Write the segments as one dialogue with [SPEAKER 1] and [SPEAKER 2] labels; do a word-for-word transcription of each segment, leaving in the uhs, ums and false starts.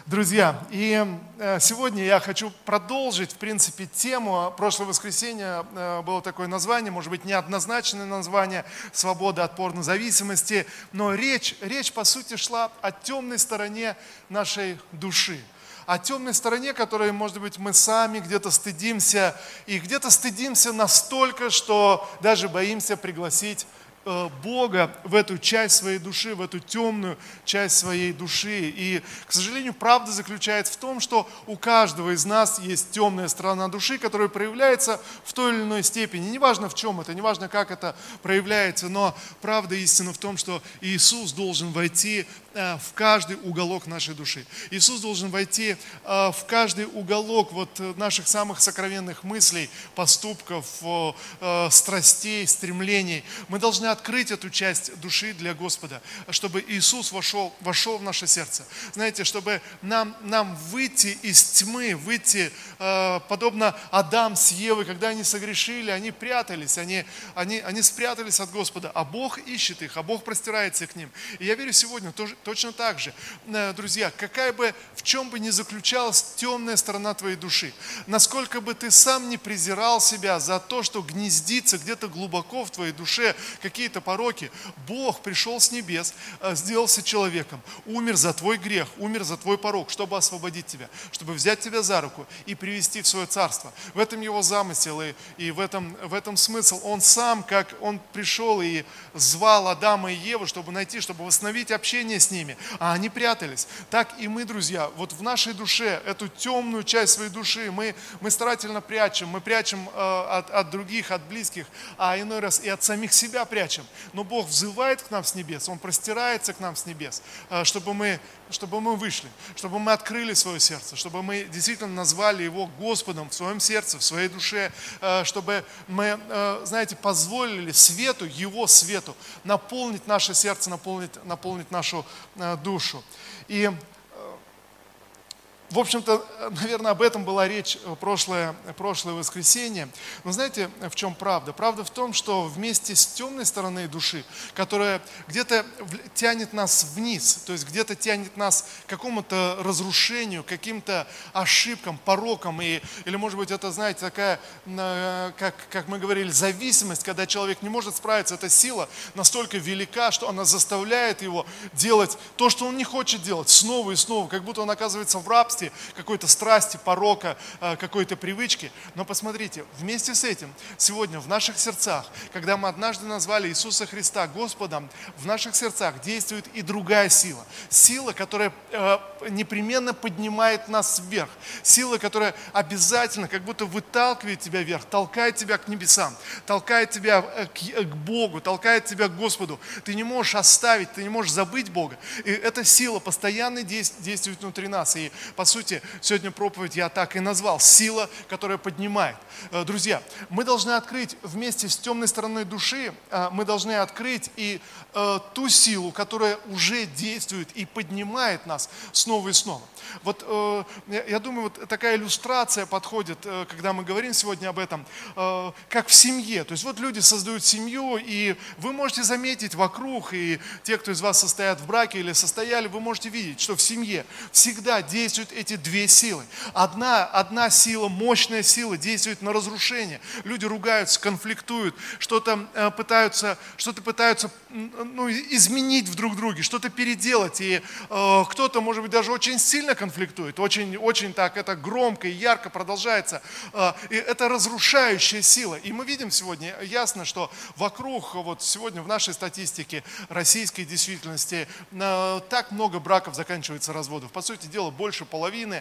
[SPEAKER 1] Друзья, и э, сегодня я хочу продолжить, в принципе, тему. Прошлое воскресенье э, было такое название, может быть, неоднозначное название «Свобода от порнозависимости», но речь, речь, по сути, шла о темной стороне нашей души. О темной стороне, которой, может быть, мы сами где-то стыдимся, и где-то стыдимся настолько, что даже боимся пригласить Бога в эту часть своей души, в эту темную часть своей души. И, к сожалению, правда заключается в том, что у каждого из нас есть темная сторона души, которая проявляется в той или иной степени. Неважно в чем это, неважно как это проявляется, но правда истина в том, что Иисус должен войти в каждый уголок нашей души. Иисус должен войти в каждый уголок вот наших самых сокровенных мыслей, поступков, страстей, стремлений. Мы должны открыть эту часть души для Господа, чтобы Иисус вошел, вошел в наше сердце. Знаете, чтобы нам, нам выйти из тьмы, выйти, подобно Адам с Евой, когда они согрешили, они прятались, они, они, они спрятались от Господа, а Бог ищет их, а Бог простирается к ним. И я верю сегодня тоже, точно так же, друзья, какая бы, в чем бы ни заключалась темная сторона твоей души, насколько бы ты сам не презирал себя за то, что гнездится где-то глубоко в твоей душе какие-то пороки, Бог пришел с небес, сделался человеком, умер за твой грех, умер за твой порок, чтобы освободить тебя, чтобы взять тебя за руку и привести в свое царство. В этом его замысел и, и в, этом, в этом смысл. Он сам, как он пришел и звал Адама и Еву, чтобы найти, чтобы восстановить общение с ними, а они прятались. Так и мы, друзья, вот в нашей душе, эту темную часть своей души мы, мы старательно прячем, мы прячем э, от, от других, от близких, а иной раз и от самих себя прячем. Но Бог взывает к нам с небес, Он простирается к нам с небес, э, чтобы мы, чтобы мы вышли, чтобы мы открыли свое сердце, чтобы мы действительно назвали Его Господом в своем сердце, в своей душе, э, чтобы мы, э, знаете, позволили свету, Его свету наполнить наше сердце, наполнить, наполнить нашу душу. И, в общем-то, наверное, об этом была речь прошлое, прошлое воскресенье. Но знаете, в чем правда? Правда в том, что вместе с темной стороной души, которая где-то тянет нас вниз, то есть где-то тянет нас к какому-то разрушению, к каким-то ошибкам, порокам, и, или, может быть, это, знаете, такая, как, как мы говорили, зависимость, когда человек не может справиться, эта сила настолько велика, что она заставляет его делать то, что он не хочет делать, снова и снова, как будто он оказывается в рабстве, какой-то страсти, порока, какой-то привычки. Но посмотрите, вместе с этим сегодня в наших сердцах, когда мы однажды назвали Иисуса Христа Господом, в наших сердцах действует и другая сила. Сила, которая непременно поднимает нас вверх. Сила, которая обязательно как будто выталкивает тебя вверх, толкает тебя к небесам, толкает тебя к Богу, толкает тебя к Господу. Ты не можешь оставить, ты не можешь забыть Бога. И эта сила постоянно действует внутри нас. И по сути, сегодня проповедь я так и назвал. Сила, которая поднимает. Друзья, мы должны открыть вместе с темной стороной души, мы должны открыть и ту силу, которая уже действует и поднимает нас снова и снова. Вот я думаю, вот такая иллюстрация подходит, когда мы говорим сегодня об этом, как в семье. То есть вот люди создают семью, и вы можете заметить вокруг, и те, кто из вас состоят в браке или состояли, вы можете видеть, что в семье всегда действуют эти две силы. Одна, одна сила, мощная сила действует на разрушение. Люди ругаются, конфликтуют, что-то пытаются, что-то пытаются ну, изменить в друг друге, что-то переделать. И э, кто-то, может быть, даже очень сильно конфликтует, очень, очень так это громко и ярко продолжается. Э, и это разрушающая сила. И мы видим сегодня ясно, что вокруг, вот сегодня в нашей статистике российской действительности, э, так много браков заканчивается разводов. По сути дела, больше половины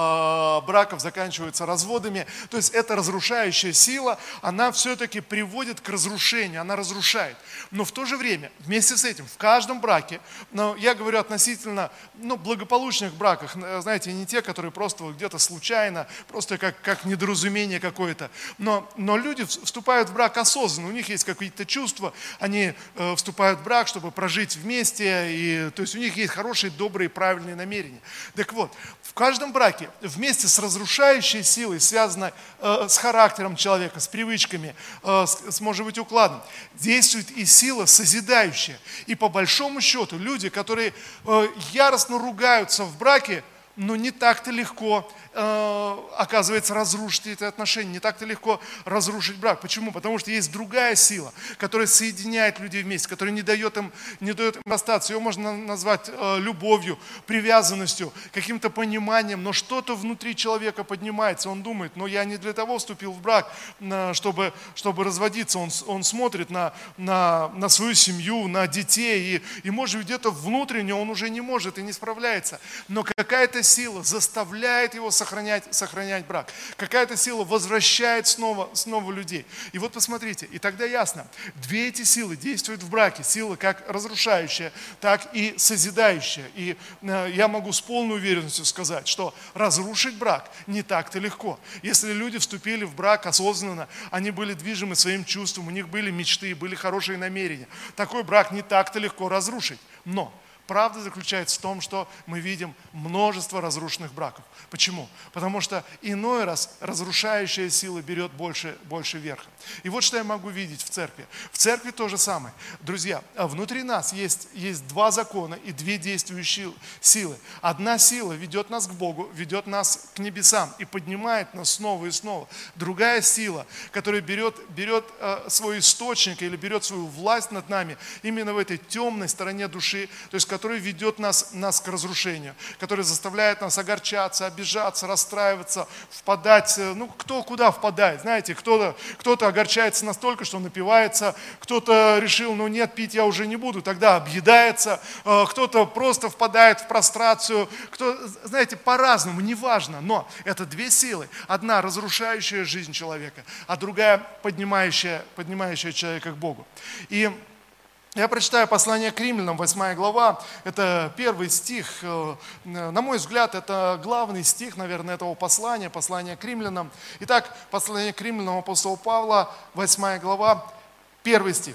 [SPEAKER 1] э, браков заканчиваются разводами. То есть эта разрушающая сила, она все-таки приводит к разрушению, она разрушает. Но в то же время, вместе с этим, в каждом браке, но я говорю относительно ну, благополучных браках, знаете, не те, которые просто вот где-то случайно, просто как, как недоразумение какое-то, но, но люди вступают в брак осознанно, у них есть какие-то чувства, они э, вступают в брак, чтобы прожить вместе, и, то есть у них есть хорошие, добрые, правильные намерения. Так вот, в каждом браке вместе с разрушающей силой, связанной э, с характером человека, с привычками, э, с, с, может быть, укладом, действует и сила созидающая. И по большому счету люди, которые э, яростно ругаются в браке, но не так-то легко, э, оказывается, разрушить эти отношения, не так-то легко разрушить брак. Почему? Потому что есть другая сила, которая соединяет людей вместе, которая не дает им, не дает им расстаться. Ее можно назвать э, любовью, привязанностью, каким-то пониманием, но что-то внутри человека поднимается. Он думает, но я не для того вступил в брак, э, чтобы, чтобы разводиться. Он, он смотрит на, на, на свою семью, на детей, и, и может где-то внутренне он уже не может и не справляется. Но какая-то сила заставляет его сохранять, сохранять брак. Какая-то сила возвращает снова, снова людей. И вот посмотрите, и тогда ясно, две эти силы действуют в браке. Сила как разрушающая, так и созидающая. И э, я могу с полной уверенностью сказать, что разрушить брак не так-то легко. Если люди вступили в брак осознанно, они были движимы своим чувством, у них были мечты, были хорошие намерения. Такой брак не так-то легко разрушить. Но правда заключается в том, что мы видим множество разрушенных браков. Почему? Потому что иной раз разрушающая сила берет больше, больше верха. И вот что я могу видеть в церкви. В церкви то же самое. Друзья, внутри нас есть, есть два закона и две действующие силы. Одна сила ведет нас к Богу, ведет нас к небесам и поднимает нас снова и снова. Другая сила, которая берет, берет э, свой источник или берет свою власть над нами именно в этой темной стороне души, то есть который ведет нас, нас к разрушению, который заставляет нас огорчаться, обижаться, расстраиваться, впадать, ну кто куда впадает, знаете, кто-то, кто-то огорчается настолько, что напивается, кто-то решил, ну нет, пить я уже не буду, тогда объедается, кто-то просто впадает в прострацию, кто, знаете, по-разному, неважно, но это две силы, одна разрушающая жизнь человека, а другая поднимающая, поднимающая человека к Богу. И я прочитаю послание к Римлянам, восьмая глава, это первый стих, на мой взгляд, это главный стих, наверное, этого послания, послание к Римлянам. Итак, послание к Римлянам апостола Павла, восьмая глава, первый стих.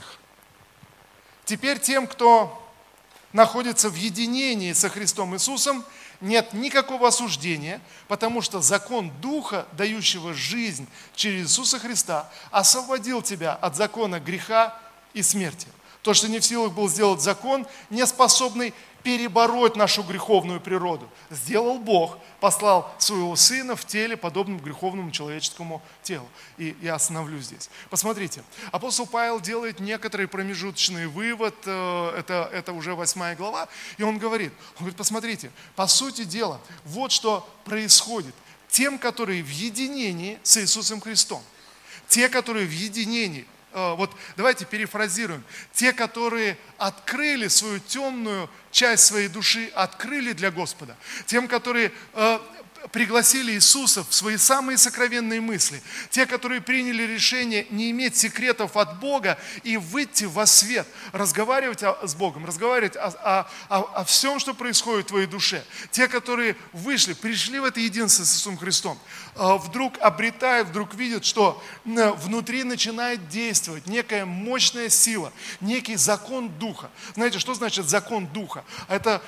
[SPEAKER 1] «Теперь тем, кто находится в единении со Христом Иисусом, нет никакого осуждения, потому что закон Духа, дающего жизнь через Иисуса Христа, освободил тебя от закона греха и смерти». То, что не в силах был сделать закон, не способный перебороть нашу греховную природу, сделал Бог, послал своего Сына в теле, подобном греховному человеческому телу. И я остановлюсь здесь. Посмотрите, апостол Павел делает некоторый промежуточный вывод, это, это уже восьмая глава, и он говорит, он говорит, посмотрите, по сути дела, вот что происходит тем, которые в единении с Иисусом Христом, те, которые в единении. Вот давайте перефразируем. Те, которые открыли свою темную часть своей души, открыли для Господа. Тем, которые э, пригласили Иисуса в свои самые сокровенные мысли. Те, которые приняли решение не иметь секретов от Бога и выйти во свет, разговаривать с Богом, разговаривать о, о, о, о всем, что происходит в твоей душе. Те, которые вышли, пришли в это единство с Иисусом Христом, вдруг обретают, вдруг видят, что внутри начинает действовать некая мощная сила, некий закон Духа. Знаете, что значит закон Духа? Это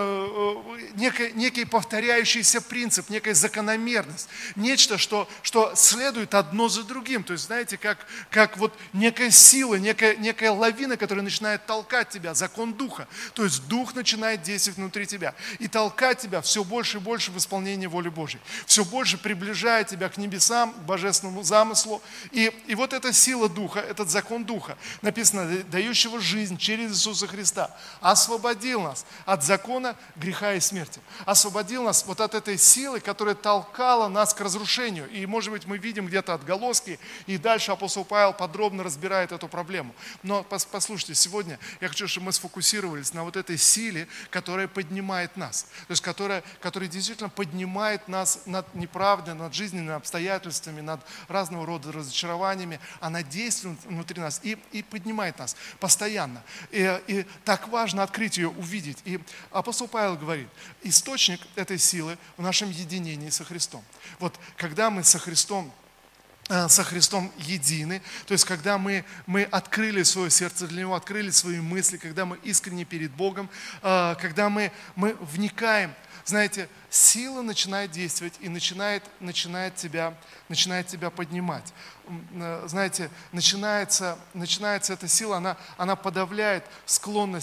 [SPEAKER 1] некий, некий повторяющийся принцип, некая закономерность, нечто, что, что следует одно за другим. То есть, знаете, как, как вот некая сила, некая, некая лавина, которая начинает толкать тебя, закон Духа. То есть Дух начинает действовать внутри тебя и толкать тебя все больше и больше в исполнении воли Божьей, все больше приближает тебя к небесам, к божественному замыслу. И, и вот эта сила Духа, этот закон Духа, написано, дающего жизнь через Иисуса Христа, освободил нас от закона греха и смерти. Освободил нас вот от этой силы, которая толкала нас к разрушению. И, может быть, мы видим где-то отголоски, и дальше апостол Павел подробно разбирает эту проблему. Но послушайте, сегодня я хочу, чтобы мы сфокусировались на вот этой силе, которая поднимает нас. То есть, которая, которая действительно поднимает нас над неправдой, над жизненными обстоятельствами, над разного рода разочарованиями. Она действует внутри нас и, и поднимает нас постоянно. И, и так важно открыть ее, увидеть. И апостол Павел говорит, источник этой силы в нашем единении со Христом. Вот когда мы со Христом со Христом едины, то есть когда мы, мы открыли свое сердце для Него, открыли свои мысли, когда мы искренне перед Богом, когда мы, мы вникаем, знаете, сила начинает действовать и начинает, начинает, тебя, начинает тебя поднимать. Знаете, начинается, начинается эта сила, она, она подавляет склонность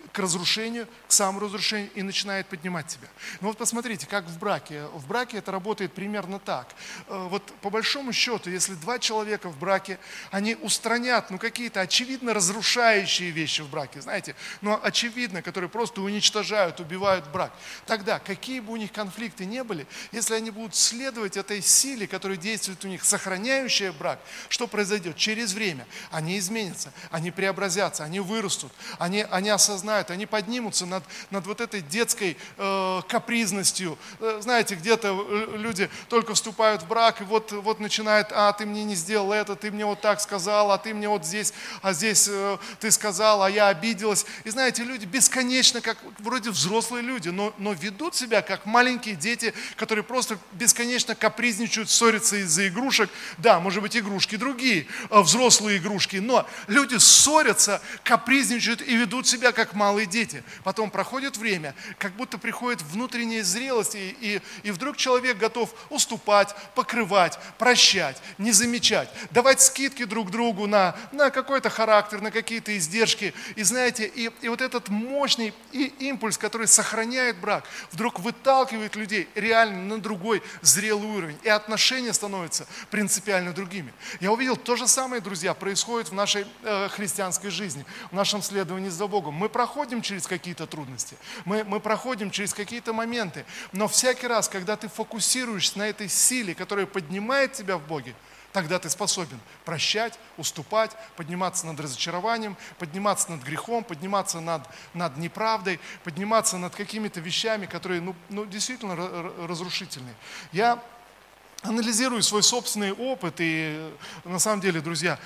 [SPEAKER 1] к разрушению, к саморазрушению и начинает поднимать тебя. Ну вот посмотрите, как в браке. В браке это работает примерно так. Вот по большому счету, если два человека в браке, они устранят ну, какие-то очевидно разрушающие вещи в браке, знаете, но очевидно, которые просто уничтожают, убивают брак, тогда какие бы у них конфликты не были, если они будут следовать этой силе, которая действует у них, сохраняющая брак, что произойдет? Через время они изменятся, они преобразятся, они вырастут, они, они осознают, они поднимутся над, над вот этой детской э, капризностью. Э, знаете, где-то люди только вступают в брак, и вот, вот начинает, а ты мне не сделал это, ты мне вот так сказал, а ты мне вот здесь, а здесь э, ты сказал, а я обиделась. И знаете, люди бесконечно, как вроде взрослые люди, но, но ведут себя как маленькие дети, которые просто бесконечно капризничают, ссорятся из-за игрушек. Да, может быть, игрушки другие, э, взрослые игрушки, но люди ссорятся, капризничают и ведут себя как малые дети. Потом проходит время, как будто приходит внутренняя зрелость, и, и, и вдруг человек готов уступать, покрывать, прощать, не замечать, давать скидки друг другу на, на какой-то характер, на какие-то издержки. И знаете, и, и вот этот мощный и импульс, который сохраняет брак, вдруг выталкивает людей реально на другой зрелый уровень. И отношения становятся принципиально другими. Я увидел то же самое, друзья, происходит в нашей э, христианской жизни, в нашем следовании за Богом. Мы проходим через какие-то трудности, мы, мы проходим через какие-то моменты, но всякий раз, когда ты фокусируешься на этой силе, которая поднимает тебя в Боге, тогда ты способен прощать, уступать, подниматься над разочарованием, подниматься над грехом, подниматься над, над неправдой, подниматься над какими-то вещами, которые ну, ну, действительно разрушительные. Я анализирую свой собственный опыт, и на самом деле, друзья,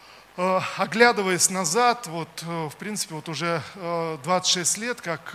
[SPEAKER 1] оглядываясь назад, вот, в принципе, вот уже двадцать шесть лет, как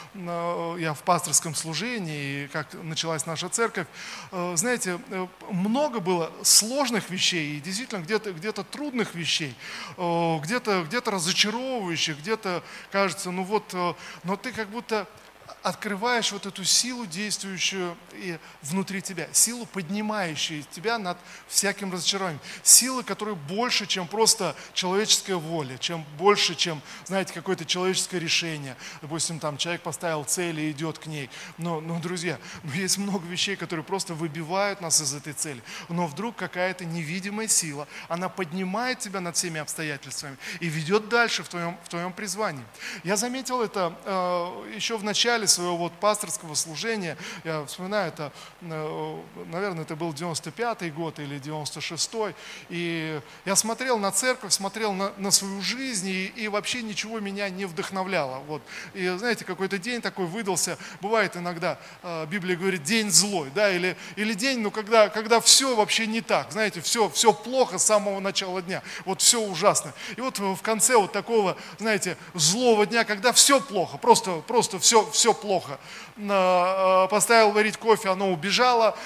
[SPEAKER 1] я в пасторском служении, и как началась наша церковь, знаете, много было сложных вещей, и действительно где-то где-то трудных вещей, где-то где-то разочаровывающих, где-то кажется, ну вот, но ты как будто открываешь вот эту силу, действующую и внутри тебя, силу, поднимающую тебя над всяким разочарованием, силу, которая больше, чем просто человеческая воля, чем больше, чем, знаете, какое-то человеческое решение. Допустим, там человек поставил цель и идет к ней. Но, но друзья, ну, есть много вещей, которые просто выбивают нас из этой цели. Но вдруг какая-то невидимая сила, она поднимает тебя над всеми обстоятельствами и ведет дальше в твоем, в твоем призвании. Я заметил это э, еще в начале своего вот пасторского служения. Я вспоминаю, это, наверное, это был девяносто пятый год или девяносто шестой. И я смотрел на церковь, смотрел на, на свою жизнь, и, и вообще ничего меня не вдохновляло. Вот. И знаете, какой-то день такой выдался. Бывает иногда, Библия говорит, день злой, да, или, или день, ну, когда, когда все вообще не так. Знаете, все, все плохо с самого начала дня. Вот все ужасно. И вот в конце вот такого, знаете, злого дня, когда все плохо, просто, просто все, все плохо. Поставил варить кофе, оно убежало,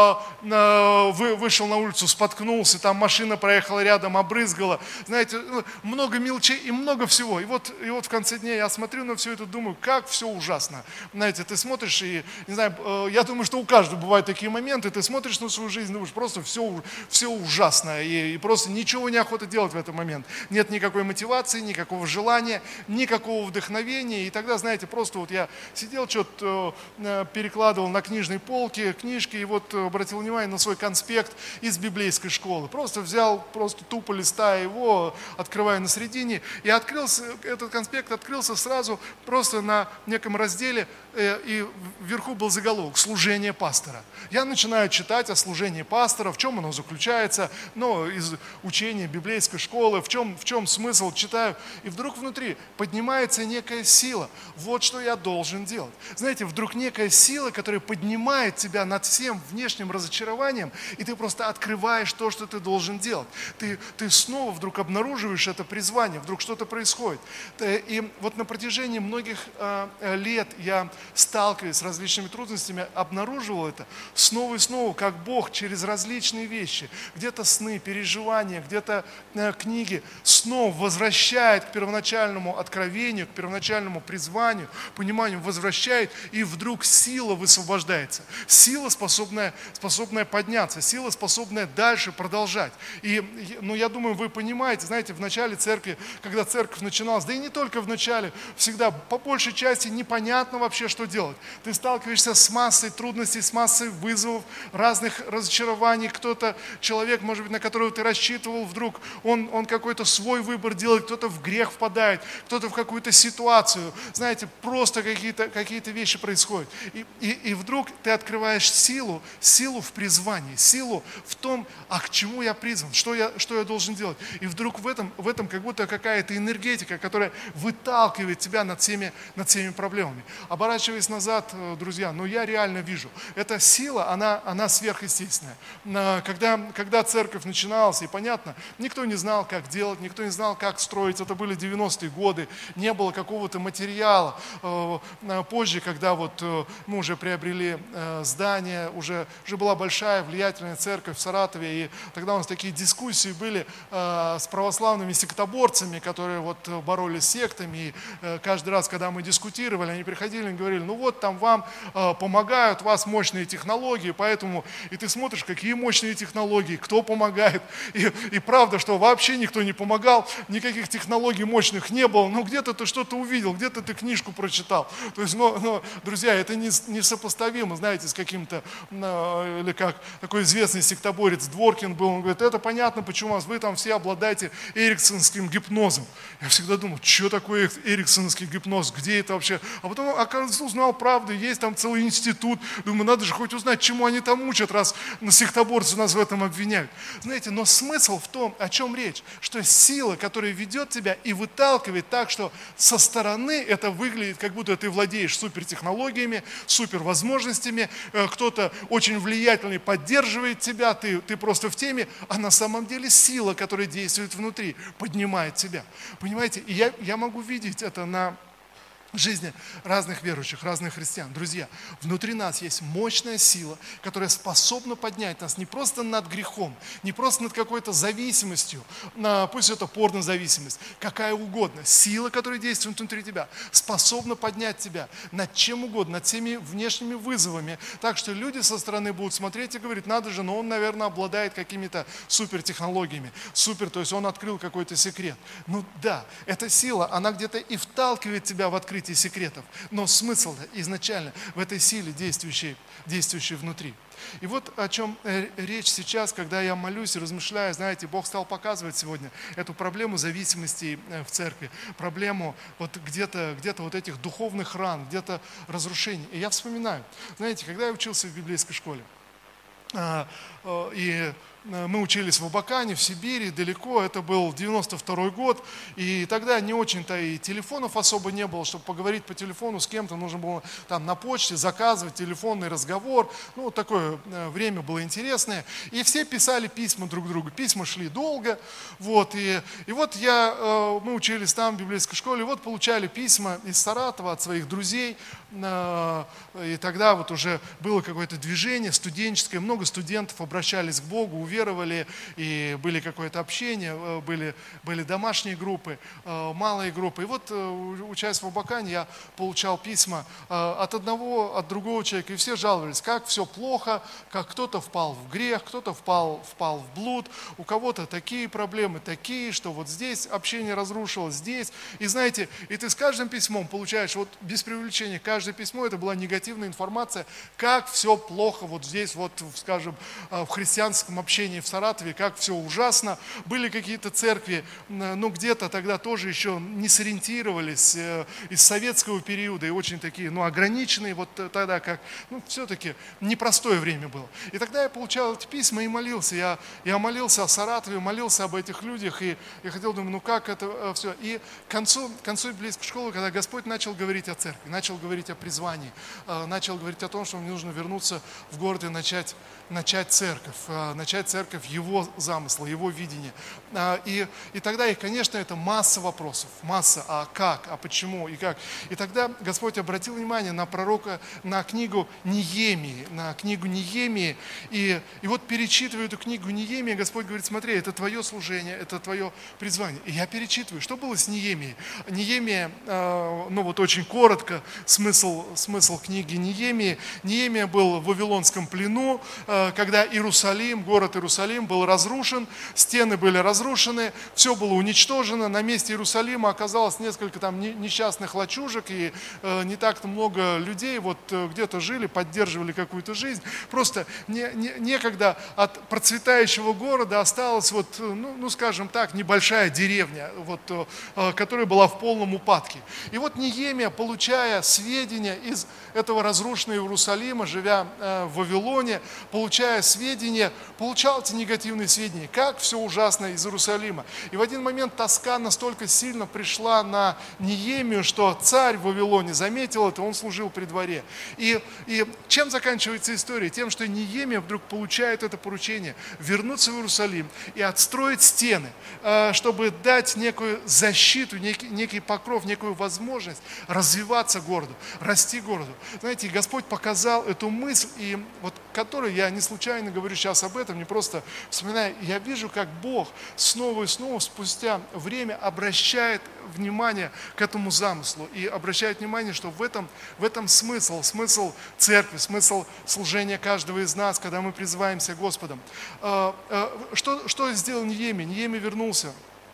[SPEAKER 1] вышел на улицу, споткнулся, там машина проехала рядом, обрызгала. Знаете, много мелочей и много всего. И вот, и вот в конце дня я смотрю на все это, думаю, как все ужасно. Знаете, ты смотришь и, не знаю, я думаю, что у каждого бывают такие моменты, ты смотришь на свою жизнь, думаешь, просто все, все ужасно, и, и просто ничего не охота делать в этот момент. Нет никакой мотивации, никакого желания, никакого вдохновения, и тогда, знаете, просто вот я сидел, что-то перекладывал на книжной полке книжки, и вот обратил внимание на свой конспект из библейской школы. Просто взял, просто тупо листая его, открывая на середине, и открылся, этот конспект открылся сразу просто на неком разделе, и вверху был заголовок «Служение пастора». Я начинаю читать о служении пастора, в чем оно заключается, ну, из учения библейской школы, в чем, в чем смысл, читаю, и вдруг внутри поднимается некая сила. Вот что я должен делать. Знаете, вдруг некая сила, которая поднимает тебя над всем внешним разочарованием, и ты просто открываешь то, что ты должен делать. Ты, ты снова вдруг обнаруживаешь это призвание, вдруг что-то происходит. И вот на протяжении многих э, лет я, сталкиваясь с различными трудностями, обнаруживал это снова и снова, как Бог через различные вещи, где-то сны, переживания, где-то э, книги, снова возвращает к первоначальному откровению, к первоначальному призванию, пониманию, возвращает возвращает, и вдруг сила высвобождается. Сила, способная, способная подняться, сила, способная дальше продолжать. И, ну, я думаю, вы понимаете, знаете, в начале церкви, когда церковь начиналась, да и не только в начале, всегда по большей части непонятно вообще, что делать. Ты сталкиваешься с массой трудностей, с массой вызовов, разных разочарований. Кто-то, человек, может быть, на которого ты рассчитывал, вдруг он, он какой-то свой выбор делает, кто-то в грех впадает, кто-то в какую-то ситуацию. Знаете, просто какие-то, какие-то вещи происходят. И, и, и вдруг ты открываешь силу, силу в призвании, силу в том, а к чему я призван, что я, что я должен делать. И вдруг в этом, в этом как будто какая-то энергетика, которая выталкивает тебя над всеми, над всеми проблемами. Оборачиваясь назад, друзья, ну я реально вижу, эта сила, она, она сверхъестественная. Когда, когда церковь начиналась, и понятно, никто не знал, как делать, никто не знал, как строить. Это были девяностые годы, не было какого-то материала. Позже, когда вот мы уже приобрели здание, уже, уже была большая влиятельная церковь в Саратове, и тогда у нас такие дискуссии были с православными сектоборцами, которые вот боролись с сектами, и каждый раз, когда мы дискутировали, они приходили и говорили, ну вот там вам помогают, у вас мощные технологии, поэтому, и ты смотришь, какие мощные технологии, кто помогает, и, и правда, что вообще никто не помогал, никаких технологий мощных не было, но где-то ты что-то увидел, где-то ты книжку прочитал, то есть, но, но друзья, это не, несопоставимо, знаете, с каким-то, или как такой известный сектоборец Дворкин был, он говорит, это понятно, почему вы там все обладаете эриксонским гипнозом. Я всегда думал, что такое эриксонский гипноз, где это вообще, а потом, оказывается, узнал правду, есть там целый институт, думаю, надо же хоть узнать, чему они там учат, раз сектоборцы нас в этом обвиняют. Знаете, но смысл в том, о чем речь, что сила, которая ведет тебя и выталкивает так, что со стороны это выглядит, как будто ты владеешь супертехнологиями, супервозможностями, кто-то очень влиятельный поддерживает тебя, ты, ты просто в теме, а на самом деле сила, которая действует внутри, поднимает тебя. Понимаете, и я, я могу видеть это на жизни разных верующих, разных христиан. Друзья, внутри нас есть мощная сила, которая способна поднять нас не просто над грехом, не просто над какой-то зависимостью, пусть это порнозависимость, какая угодно. Сила, которая действует внутри тебя, способна поднять тебя над чем угодно, над всеми внешними вызовами, так что люди со стороны будут смотреть и говорить, надо же, но он, наверное, обладает какими-то супертехнологиями, супер, то есть он открыл какой-то секрет. Ну да, эта сила, она где-то и вталкивает тебя в открытие секретов, но смысл изначально в этой силе, действующей, действующей внутри. И вот о чем речь сейчас, когда я молюсь и размышляю, знаете, Бог стал показывать сегодня эту проблему зависимости в церкви, проблему вот где-то, где-то вот этих духовных ран, где-то разрушений. И я вспоминаю, знаете, когда я учился в библейской школе, и мы учились в Абакане, в Сибири, далеко, это был девяносто второй год, и тогда не очень-то и телефонов особо не было, чтобы поговорить по телефону с кем-то, нужно было там на почте заказывать телефонный разговор, ну, вот такое время было интересное, и все писали письма друг другу, письма шли долго, вот, и, и вот я, мы учились там в библейской школе, и вот получали письма из Саратова от своих друзей, и тогда вот уже было какое-то движение студенческое, много студентов обращались к Богу, уверовали, и были какое-то общение, были, были домашние группы, малые группы. И вот, учась в Абакане, я получал письма от одного, от другого человека, и все жаловались, как все плохо, как кто-то впал в грех, кто-то впал, впал в блуд, у кого-то такие проблемы, такие, что вот здесь общение разрушилось, здесь. И знаете, и ты с каждым письмом получаешь, вот без преувеличения, каждое письмо, это была негативная информация, как все плохо вот здесь, вот, скажем, в христианском общении в Саратове, как все ужасно. Были какие-то церкви, ну где-то тогда тоже еще не сориентировались из советского периода и очень такие, ну ограниченные вот тогда, как, ну все-таки непростое время было. И тогда я получал эти письма и молился. Я, я молился о Саратове, молился об этих людях, и я хотел, думаю, ну как это все. И к концу, к концу библейской школы, когда Господь начал говорить о церкви, начал говорить о призвании, начал говорить о том, что мне нужно вернуться в город и начать, начать церковь, начать церковь Его замысла, Его видения. И, и тогда, и, конечно, это масса вопросов, масса, а как, а почему и как. И тогда Господь обратил внимание на пророка, на книгу Неемии, на книгу Неемии. И, и вот перечитывая эту книгу Неемии, Господь говорит: смотри, это твое служение, это твое призвание. И я перечитываю, что было с Неемией. Неемия, ну вот очень коротко, смысл, смысл книги Неемии. Неемия был в Вавилонском плену, когда Иерусалим, город Иерусалим был разрушен, стены были разрушены, все было уничтожено, на месте Иерусалима оказалось несколько там несчастных лачужек, и не так-то много людей вот где-то жили, поддерживали какую-то жизнь. Просто не, не, некогда от процветающего города осталась вот, ну, ну скажем так, небольшая деревня, вот, которая была в полном упадке. И вот Неемия, получая сведения из этого разрушенного Иерусалима, живя в Вавилоне, получая сведения, получал эти негативные сведения, как все ужасно из Иерусалима. И в один момент тоска настолько сильно пришла на Неемию, что царь в Вавилоне заметил это, он служил при дворе. И, и чем заканчивается история? Тем, что Неемия вдруг получает это поручение вернуться в Иерусалим и отстроить стены, чтобы дать некую защиту, некий, некий покров, некую возможность развиваться городу, расти городу. Знаете, Господь показал эту мысль, и вот которую я не случайно говорю сейчас об этом, не просто вспоминаю, я вижу, как Бог снова и снова спустя время обращает внимание к этому замыслу и обращает внимание, что в этом, в этом смысл, смысл церкви, смысл служения каждого из нас, когда мы призываемся Господом. Что, что сделал Неемия? Неемия вернулся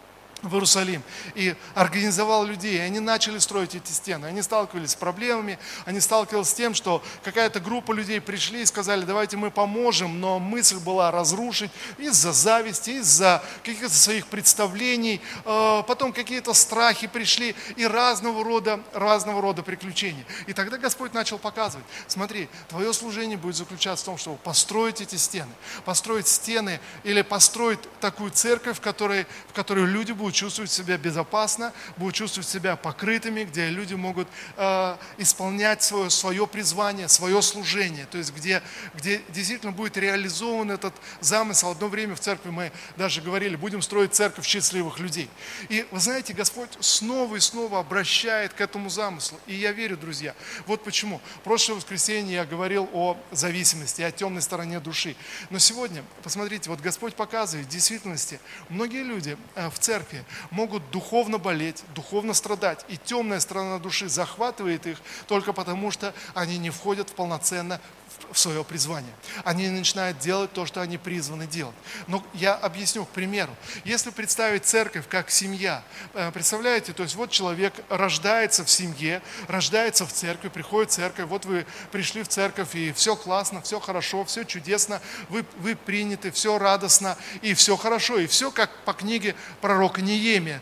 [SPEAKER 1] в Иерусалим и организовал людей, и они начали строить эти стены. Они сталкивались с проблемами, они сталкивались с тем, что какая-то группа людей пришли и сказали: давайте мы поможем, но мысль была разрушить из-за зависти, из-за каких-то своих представлений, потом какие-то страхи пришли и разного рода, разного рода приключения. И тогда Господь начал показывать: смотри, твое служение будет заключаться в том, чтобы построить эти стены, построить стены или построить такую церковь, в которой, в которой люди будут чувствовать себя безопасно, будут чувствовать себя покрытыми, где люди могут э, исполнять свое, свое призвание, свое служение, то есть где, где действительно будет реализован этот замысел. Одно время в церкви мы даже говорили: будем строить церковь счастливых людей. И вы знаете, Господь снова и снова обращает к этому замыслу. И я верю, друзья, вот почему. В прошлое воскресенье я говорил о зависимости, о темной стороне души. Но сегодня, посмотрите, вот Господь показывает, в действительности многие люди э, в церкви могут духовно болеть, духовно страдать, и темная сторона души захватывает их только потому, что они не входят в полноценно в свое призвание. Они начинают делать то, что они призваны делать. Но я объясню, к примеру, если представить церковь как семья, представляете, то есть вот человек рождается в семье, рождается в церкви, приходит в церковь, вот вы пришли в церковь, и все классно, все хорошо, все чудесно, вы, вы приняты, все радостно, и все хорошо, и все как по книге пророка Неемия.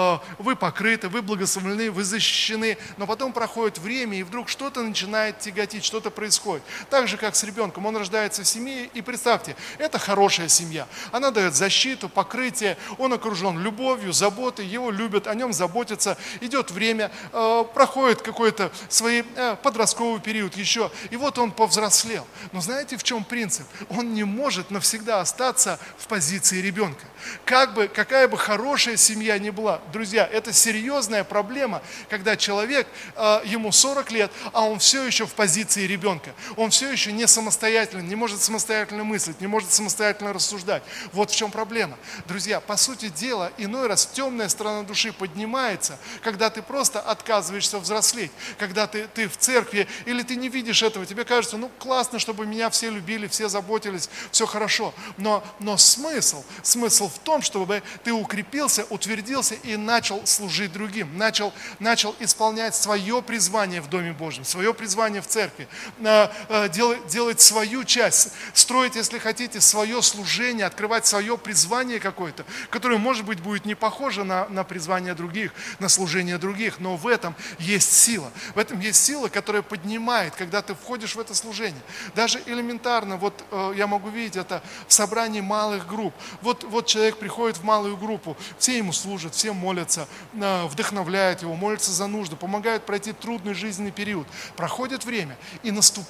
[SPEAKER 1] Вы покрыты, вы благословлены, вы защищены, но потом проходит время, и вдруг что-то начинает тяготить, что-то происходит. Так же, как с ребенком, он рождается в семье, и представьте, это хорошая семья. Она дает защиту, покрытие, он окружен любовью, заботой, его любят, о нем заботятся. Идет время, э, проходит какой-то свой э, подростковый период еще, и вот он повзрослел. Но знаете, в чем принцип? Он не может навсегда остаться в позиции ребенка. Как бы, какая бы хорошая семья ни была, друзья, это серьезная проблема, когда человек, э, ему сорок лет, а он все еще в позиции ребенка. Он все еще не самостоятельно, не может самостоятельно мыслить, не может самостоятельно рассуждать. Вот в чем проблема. Друзья, по сути дела, иной раз темная сторона души поднимается, когда ты просто отказываешься взрослеть, когда ты, ты в церкви, или ты не видишь этого, тебе кажется: ну классно, чтобы меня все любили, все заботились, все хорошо. Но, но смысл, смысл в том, чтобы ты укрепился, утвердился и начал служить другим, начал, начал исполнять свое призвание в Доме Божьем, свое призвание в церкви, делать, делать свою часть, строить, если хотите, свое служение, открывать свое призвание какое-то, которое, может быть, будет не похоже на, на призвание других, на служение других, но в этом есть сила. В этом есть сила, которая поднимает, когда ты входишь в это служение. Даже элементарно, вот э, я могу видеть это в собрании малых групп. Вот, вот человек приходит в малую группу, все ему служат, все молятся, э, вдохновляют его, молятся за нужды, помогают пройти трудный жизненный период. Проходит время, и наступает время,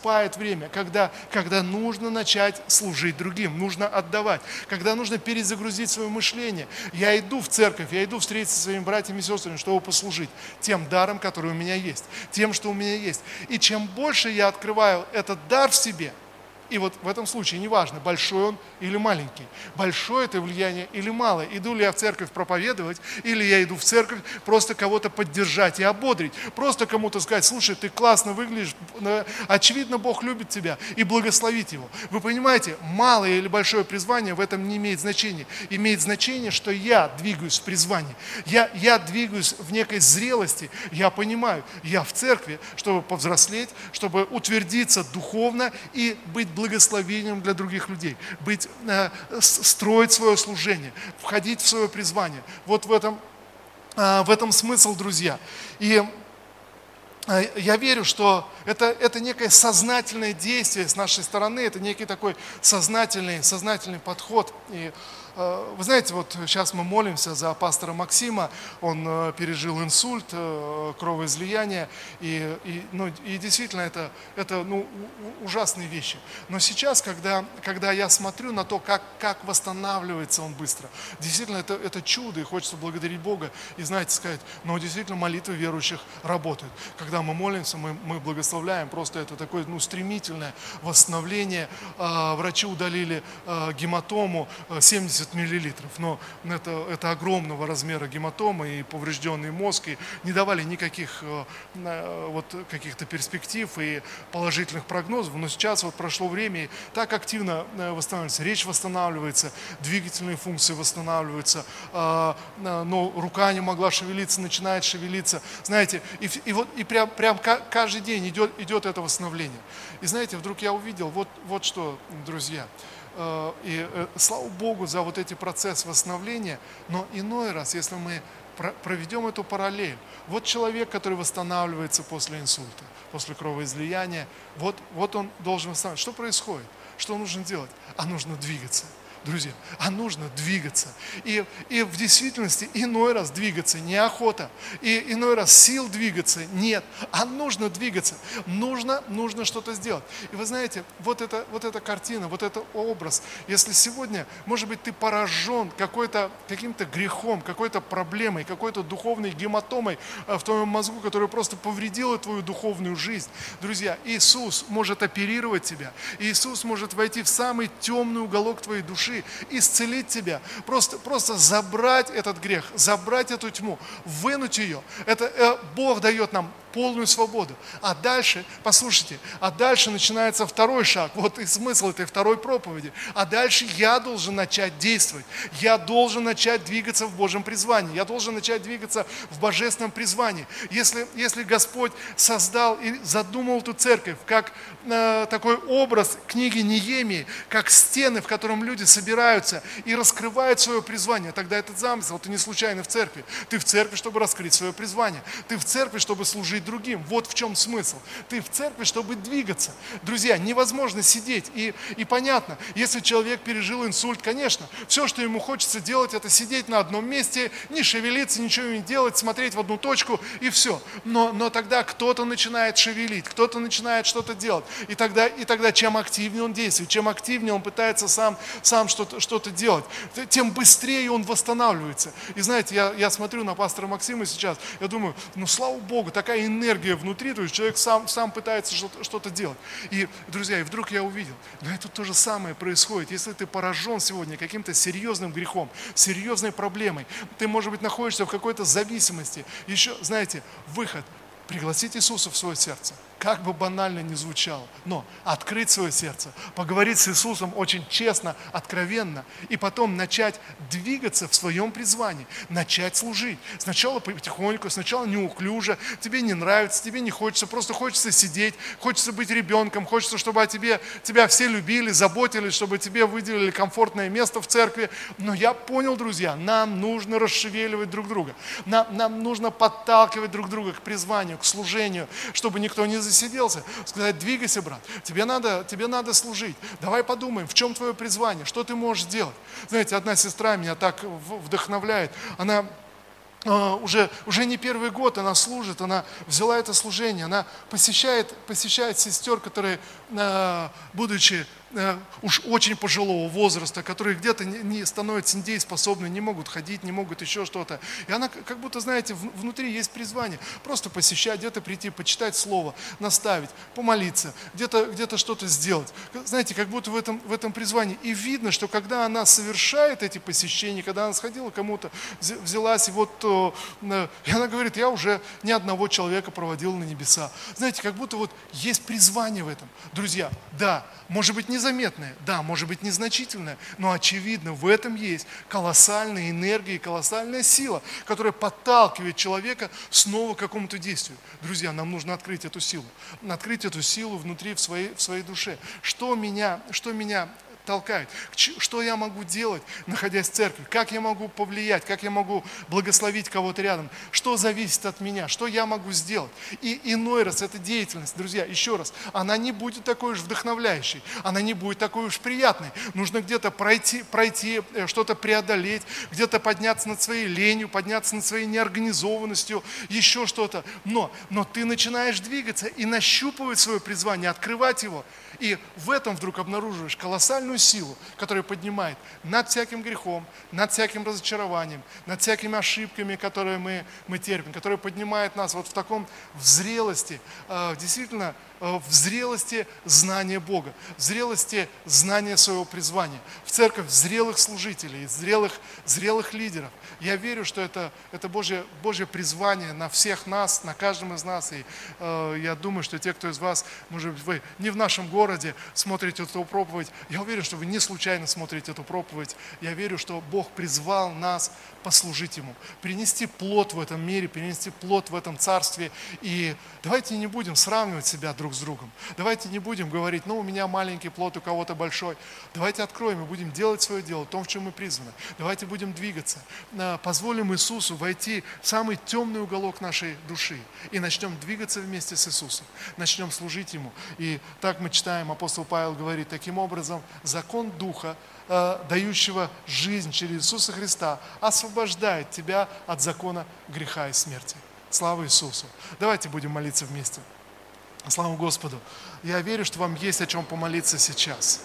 [SPEAKER 1] время, когда, когда нужно начать служить другим, нужно отдавать, когда нужно перезагрузить свое мышление. Я иду в церковь, я иду встретиться со своими братьями и сестрами, чтобы послужить тем даром, который у меня есть, тем, что у меня есть. И чем больше я открываю этот дар в себе, и вот в этом случае неважно, большой он или маленький, большое это влияние или малое, иду ли я в церковь проповедовать, или я иду в церковь просто кого-то поддержать и ободрить, просто кому-то сказать: слушай, ты классно выглядишь, очевидно, Бог любит тебя, и благословить его. Вы понимаете, малое или большое призвание в этом не имеет значения. Имеет значение, что я двигаюсь в призвании, я, я двигаюсь в некой зрелости, я понимаю, я в церкви, чтобы повзрослеть, чтобы утвердиться духовно и быть благословением для других людей, быть, э, строить свое служение, входить в свое призвание. Вот в этом, э, в этом смысл, друзья. И э, я верю, что это, это некое сознательное действие с нашей стороны, это некий такой сознательный, сознательный подход. И э, вы знаете, вот сейчас мы молимся за пастора Максима, он э, пережил инсульт, э, кровоизлияние, и, и, ну, и действительно это, это ну, у- ужасные вещи. Но сейчас, когда, когда я смотрю на то, как, как восстанавливается он быстро, действительно это, это чудо, и хочется благодарить Бога, и знаете, сказать, но действительно молитвы верующих работают. Когда мы молимся, мы, мы благословляем, просто это такое ну, стремительное восстановление. А, врачи удалили а, гематому а, семьдесят миллилитров, но это, это огромного размера гематома и поврежденный мозг, и не давали никаких а, вот, каких-то перспектив и положительных прогнозов. Но сейчас вот прошло время, и так активно а, восстанавливается, речь восстанавливается, двигательные функции восстанавливаются, а, а, но рука не могла шевелиться, начинает шевелиться. Знаете, и, и вот и прям, прям ка- каждый день идет, идет это восстановление. И знаете, вдруг я увидел, вот, вот что, друзья, э, и э, слава Богу за вот эти процессы восстановления, но иной раз, если мы про- проведем эту параллель, вот человек, который восстанавливается после инсульта, после кровоизлияния, вот, вот он должен восстанавливаться. Что происходит? Что нужно делать? А нужно двигаться. Друзья, а нужно двигаться. И, и в действительности иной раз двигаться неохота. И иной раз сил двигаться нет. А нужно двигаться. Нужно, нужно что-то сделать. И вы знаете, вот, это, вот эта картина, вот этот образ. Если сегодня, может быть, ты поражен какой-то, каким-то грехом, какой-то проблемой, какой-то духовной гематомой в твоем мозгу, которая просто повредила твою духовную жизнь. Друзья, Иисус может оперировать тебя. Иисус может войти в самый темный уголок твоей души, исцелить тебя, просто, просто забрать этот грех, забрать эту тьму, вынуть ее. Это э, Бог дает нам полную свободу. А дальше, послушайте, а дальше начинается второй шаг. Вот и смысл этой второй проповеди. А дальше я должен начать действовать. Я должен начать двигаться в Божьем призвании. Я должен начать двигаться в божественном призвании. Если, если Господь создал и задумал эту церковь как э, такой образ книги Неемии, как стены, в котором люди собираются и раскрывают свое призвание, тогда этот замысел, ты не случайно в церкви. Ты в церкви, чтобы раскрыть свое призвание. Ты в церкви, чтобы служить другим. Вот в чем смысл. Ты в церкви, чтобы двигаться. Друзья, невозможно сидеть. И, и понятно, если человек пережил инсульт, конечно, все, что ему хочется делать, это сидеть на одном месте, не шевелиться, ничего не делать, смотреть в одну точку и все. Но, но тогда кто-то начинает шевелить, кто-то начинает что-то делать. И тогда, и тогда чем активнее он действует, чем активнее он пытается сам, сам что-то, что-то делать, тем быстрее он восстанавливается. И знаете, я, я смотрю на пастора Максима сейчас, я думаю, ну слава Богу, такая энергия внутри, то есть человек сам, сам пытается что-то, что-то делать. И, друзья, и вдруг я увидел, но это то же самое происходит. Если ты поражен сегодня каким-то серьезным грехом, серьезной проблемой, ты, может быть, находишься в какой-то зависимости, еще, знаете, выход – пригласить Иисуса в свое сердце. Как бы банально ни звучало, но открыть свое сердце, поговорить с Иисусом очень честно, откровенно, и потом начать двигаться в своем призвании, начать служить. Сначала потихоньку, сначала неуклюже, тебе не нравится, тебе не хочется, просто хочется сидеть, хочется быть ребенком, хочется, чтобы о тебе, тебя все любили, заботились, чтобы тебе выделили комфортное место в церкви. Но я понял, друзья, нам нужно расшевеливать друг друга, нам, нам нужно подталкивать друг друга к призванию, к служению, чтобы никто не засиделся, сказать, двигайся, брат, тебе надо, тебе надо служить, давай подумаем, в чем твое призвание, что ты можешь сделать. Знаете, одна сестра меня так вдохновляет, она уже, уже не первый год она служит, она взяла это служение, она посещает, посещает сестер, которые, будучи уж очень пожилого возраста, которые где-то не, не становятся недееспособны, не могут ходить, не могут еще что-то. И она как будто, знаете, внутри есть призвание просто посещать, где-то прийти, почитать слово, наставить, помолиться, где-то где что-то сделать. Знаете, как будто в этом, в этом призвании. И видно, что когда она совершает эти посещения, когда она сходила кому-то, взялась, и вот и она говорит, я уже ни одного человека проводила на небеса. Знаете, как будто вот есть призвание в этом. Друзья, да, может быть, незаметное, да, может быть, незначительное, но очевидно, в этом есть колоссальная энергия и колоссальная сила, которая подталкивает человека снова к какому-то действию. Друзья, нам нужно открыть эту силу, открыть эту силу внутри, в своей, в своей душе. Что меня, что меня толкает, что я могу делать, находясь в церкви, как я могу повлиять, как я могу благословить кого-то рядом, что зависит от меня, что я могу сделать. И иной раз эта деятельность, друзья, еще раз, она не будет такой уж вдохновляющей, она не будет такой уж приятной. Нужно где-то пройти, пройти что-то преодолеть, где-то подняться над своей ленью, подняться над своей неорганизованностью, еще что-то. Но, но ты начинаешь двигаться и нащупывать свое призвание, открывать его. И в этом вдруг обнаруживаешь колоссальную силу, которая поднимает над всяким грехом, над всяким разочарованием, над всякими ошибками, которые мы, мы терпим, которая поднимает нас вот в таком в зрелости, э, действительно, э, в зрелости знания Бога, в зрелости знания своего призвания, в церковь зрелых служителей, зрелых, зрелых лидеров. Я верю, что это, это Божье, Божье призвание на всех нас, на каждом из нас. И э, я думаю, что те, кто из вас, может быть, вы не в нашем городе смотрите эту проповедь, я уверен, что вы не случайно смотрите эту проповедь. Я верю, что Бог призвал нас послужить Ему, принести плод в этом мире, принести плод в этом царстве. И давайте не будем сравнивать себя друг с другом. Давайте не будем говорить, ну, у меня маленький плод, у кого-то большой. Давайте откроем и будем делать свое дело, в том, в чем мы призваны. Давайте будем двигаться. Позволим Иисусу войти в самый темный уголок нашей души и начнем двигаться вместе с Иисусом. Начнем служить Ему. И так мы читаем, апостол Павел говорит, таким образом, закон Духа, дающего жизнь через Иисуса Христа, освобождает тебя от закона греха и смерти. Слава Иисусу! Давайте будем молиться вместе. Слава Господу! Я верю, что вам есть о чем помолиться сейчас.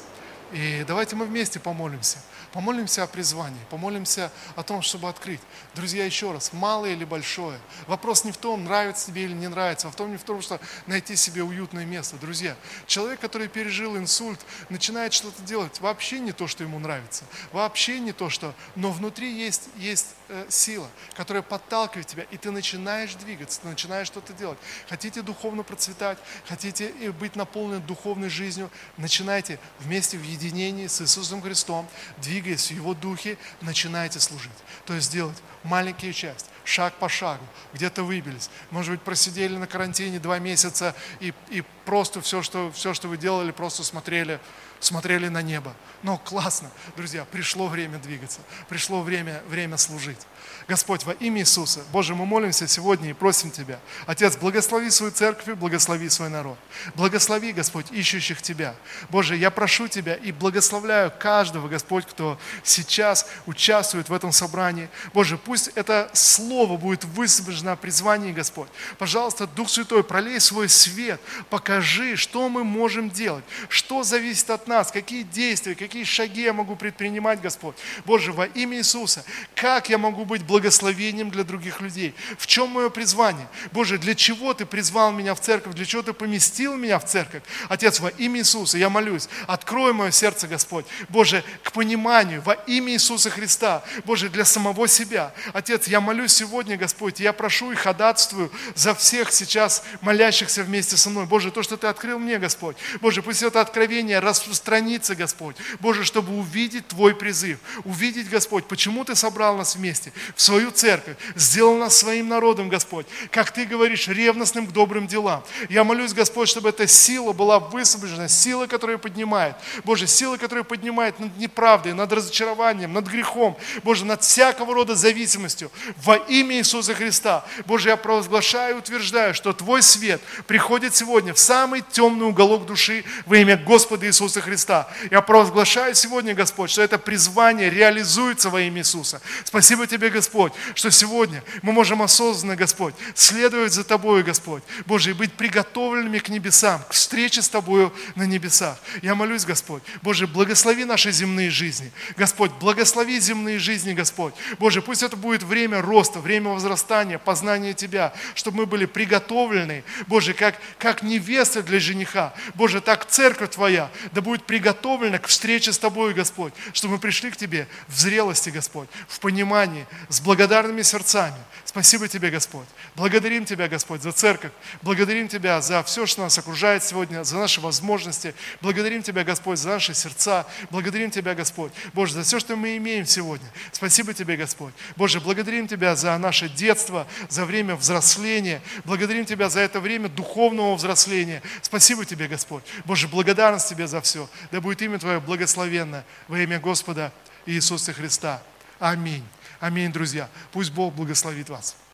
[SPEAKER 1] И давайте мы вместе помолимся. Помолимся о призвании, помолимся о том, чтобы открыть. Друзья, еще раз, малое или большое. Вопрос не в том, нравится тебе или не нравится, а в том не в том, что найти себе уютное место. Друзья, человек, который пережил инсульт, начинает что-то делать вообще не то, что ему нравится, вообще не то, что... Но внутри есть, есть э, сила, которая подталкивает тебя, и ты начинаешь двигаться, ты начинаешь что-то делать. Хотите духовно процветать, хотите быть наполнены духовной жизнью, начинайте вместе в единении с Иисусом Христом, двигаться в Его Духе, начинайте служить. То есть делать маленькие части, шаг по шагу. Где-то выбились. Может быть, просидели на карантине два месяца и, и просто все что, все, что вы делали, просто смотрели, смотрели на небо. Но классно, друзья, пришло время двигаться, пришло время, время служить. Господь, во имя Иисуса, Боже, мы молимся сегодня и просим Тебя. Отец, благослови свою церковь и благослови свой народ. Благослови, Господь, ищущих Тебя. Боже, я прошу Тебя и благословляю каждого, Господь, кто сейчас участвует в этом собрании. Боже, пусть это слово будет высвобождено о призвании, Господь. Пожалуйста, Дух Святой, пролей свой свет, покажи, что мы можем делать, что зависит от нас, какие действия, какие шаги я могу предпринимать, Господь. Боже, во имя Иисуса, как я могу быть благословением для других людей? В чем мое призвание? Боже, для чего Ты призвал меня в церковь? Для чего Ты поместил меня в церковь? Отец, во имя Иисуса, я молюсь, открой мое сердце, Господь. Боже, к пониманию во имя Иисуса Христа. Боже, для самого себя. Отец, я молюсь сегодня, Господь, я прошу и ходатайствую за всех сейчас молящихся вместе со мной. Боже, то, что Ты открыл мне, Господь. Боже, пусть это откровение распространится, Господь. Боже, чтобы увидеть Твой призыв. Увидеть, Господь, почему Ты собрал нас вместе в свою церковь, сделал нас своим народом, Господь, как Ты говоришь, ревностным к добрым делам. Я молюсь, Господь, чтобы эта сила была высвобождена, сила, которая поднимает, Боже, сила, которая поднимает над неправдой, над разочарованием, над грехом, Боже, над всякого рода зависимостью. Во имя Иисуса Христа. Боже, я провозглашаю и утверждаю, что Твой свет приходит сегодня в самый темный уголок души во имя Господа Иисуса Христа. Я провозглашаю сегодня, Господь, что это призвание реализуется во имя Иисуса. Спасибо Тебе, Господь, что сегодня мы можем осознанно, Господь, следовать за Тобою, Господь, Боже, и быть приготовленными к небесам, к встрече с Тобою на небесах. Я молюсь, Господь, Боже, благослови наши земные жизни. Господь, благослови земные жизни, Господь. Боже, пусть это будет время роста, время возрастания, познания Тебя, чтобы мы были приготовлены, Боже, как, как невеста для жениха. Боже, так церковь Твоя да будет приготовлена к встрече с Тобой, Господь, чтобы мы пришли к Тебе в зрелости, Господь, в понимании, с благодарными сердцами. Спасибо Тебе, Господь. Благодарим Тебя, Господь, за церковь. Благодарим Тебя за все, что нас окружает сегодня, за наши возможности. Благодарим Тебя, Господь, за наши сердца. Благодарим Тебя, Господь, Боже, за все, что мы имеем сегодня. Спасибо Тебе, Господь. Боже, благодарим Тебя за наше детство, за время взросления. Благодарим Тебя за это время духовного взросления. Спасибо Тебе, Господь. Боже, благодарность Тебе за все. Да будет имя Твое благословенно во имя Господа Иисуса Христа. Аминь. Аминь, друзья. Пусть Бог благословит вас.